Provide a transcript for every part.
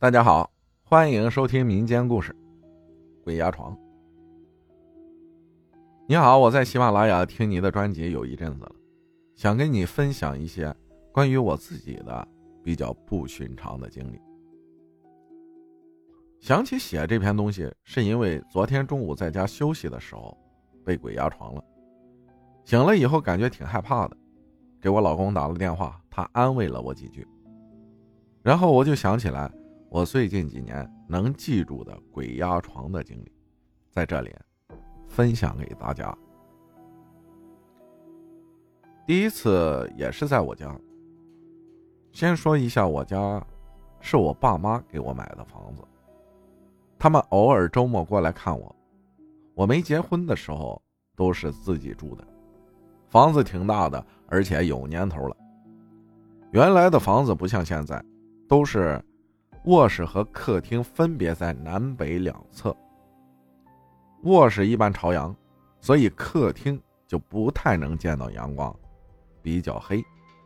大家好，欢迎收听民间故事《鬼压床》。你好，我在喜马拉雅听你的专辑有一阵子了，想跟你分享一些关于我自己的比较不寻常的经历。想起写这篇东西，是因为昨天中午在家休息的时候被鬼压床了，醒了以后感觉挺害怕的，给我老公打了电话，他安慰了我几句，然后我就想起来我最近几年能记住的鬼压床的经历，在这里分享给大家。第一次也是在我家。先说一下，我家是我爸妈给我买的房子，他们偶尔周末过来看我。我没结婚的时候都是自己住的，房子挺大的，而且有年头了。原来的房子不像现在，都是卧室和客厅分别在南北两侧，卧室一般朝阳，所以客厅就不太能见到阳光，比较黑。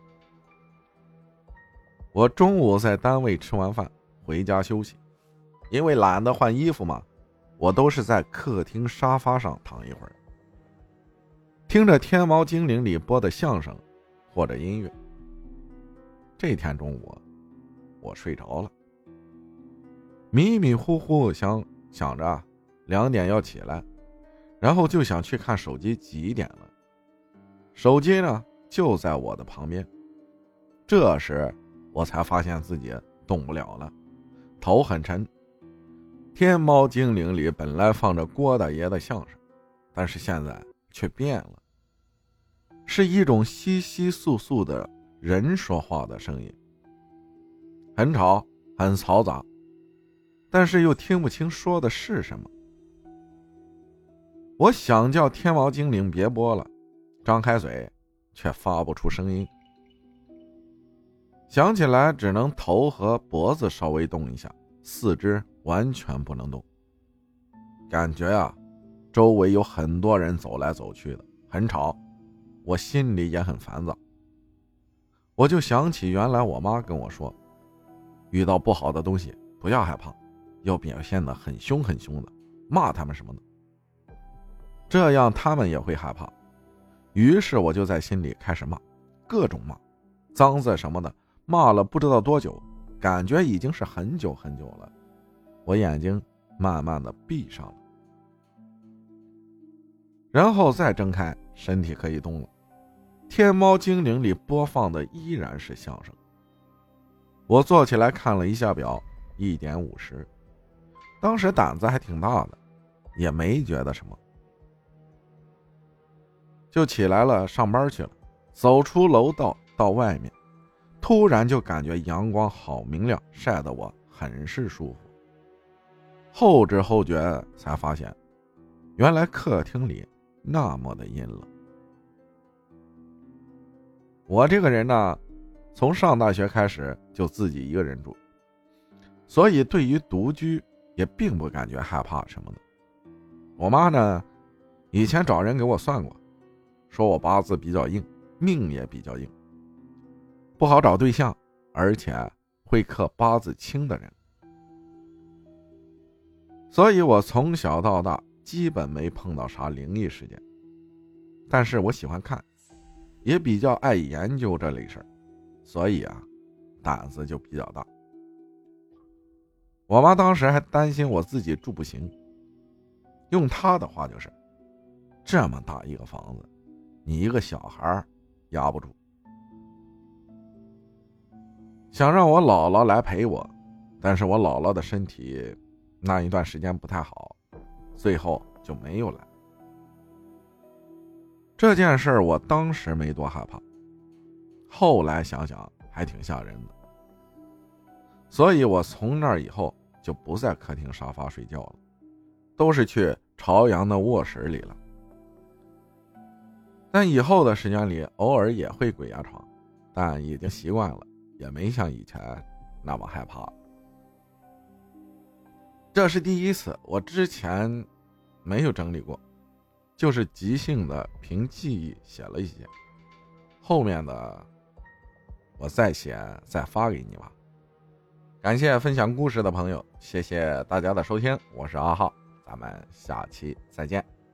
我中午在单位吃完饭回家休息，因为懒得换衣服嘛，我都是在客厅沙发上躺一会儿，听着天猫精灵里播的相声或者音乐。这天中午我睡着了，迷迷糊糊想着2点要起来，然后就想去看手机几点了。手机呢就在我的旁边，这时我才发现自己动不了了，头很沉。天猫精灵里本来放着郭大爷的相声，但是现在却变了，是一种稀稀簌簌的人说话的声音，很吵很嘈杂，但是又听不清说的是什么。我想叫天猫精灵别播了，张开嘴却发不出声音，想起来只能头和脖子稍微动一下，四肢完全不能动。感觉周围有很多人走来走去的，很吵，我心里也很烦躁。我就想起原来我妈跟我说，遇到不好的东西不要害怕，要表现得很凶很凶的，骂他们什么的，这样他们也会害怕。于是我就在心里开始骂，各种骂，脏字什么的，骂了不知道多久，感觉已经是很久很久了。我眼睛慢慢的闭上了，然后再睁开，身体可以动了。天猫精灵里播放的依然是相声。我坐起来看了一下表，1点50，当时胆子还挺大的，也没觉得什么，就起来了上班去了。走出楼道到外面，突然就感觉阳光好明亮，晒得我很是舒服。后知后觉才发现，原来客厅里那么的阴冷。我这个人呢，从上大学开始就自己一个人住，所以对于独居也并不感觉害怕什么的。我妈呢，以前找人给我算过，说我八字比较硬，命也比较硬，不好找对象，而且会克八字轻的人。所以我从小到大基本没碰到啥灵异事件，但是我喜欢看，也比较爱研究这类事儿，所以胆子就比较大。我妈当时还担心我自己住不行，用她的话就是，这么大一个房子，你一个小孩压不住，想让我姥姥来陪我，但是我姥姥的身体那一段时间不太好，最后就没有来。这件事我当时没多害怕，后来想想还挺吓人的，所以我从那以后就不在客厅沙发睡觉了，都是去朝阳的卧室里了。但以后的时间里偶尔也会鬼压床，但已经习惯了，也没像以前那么害怕。这是第一次，我之前没有整理过，就是即兴的凭记忆写了一些，后面的我再写再发给你吧。 感谢分享故事的朋友，谢谢大家的收听，我是阿浩，咱们下期再见。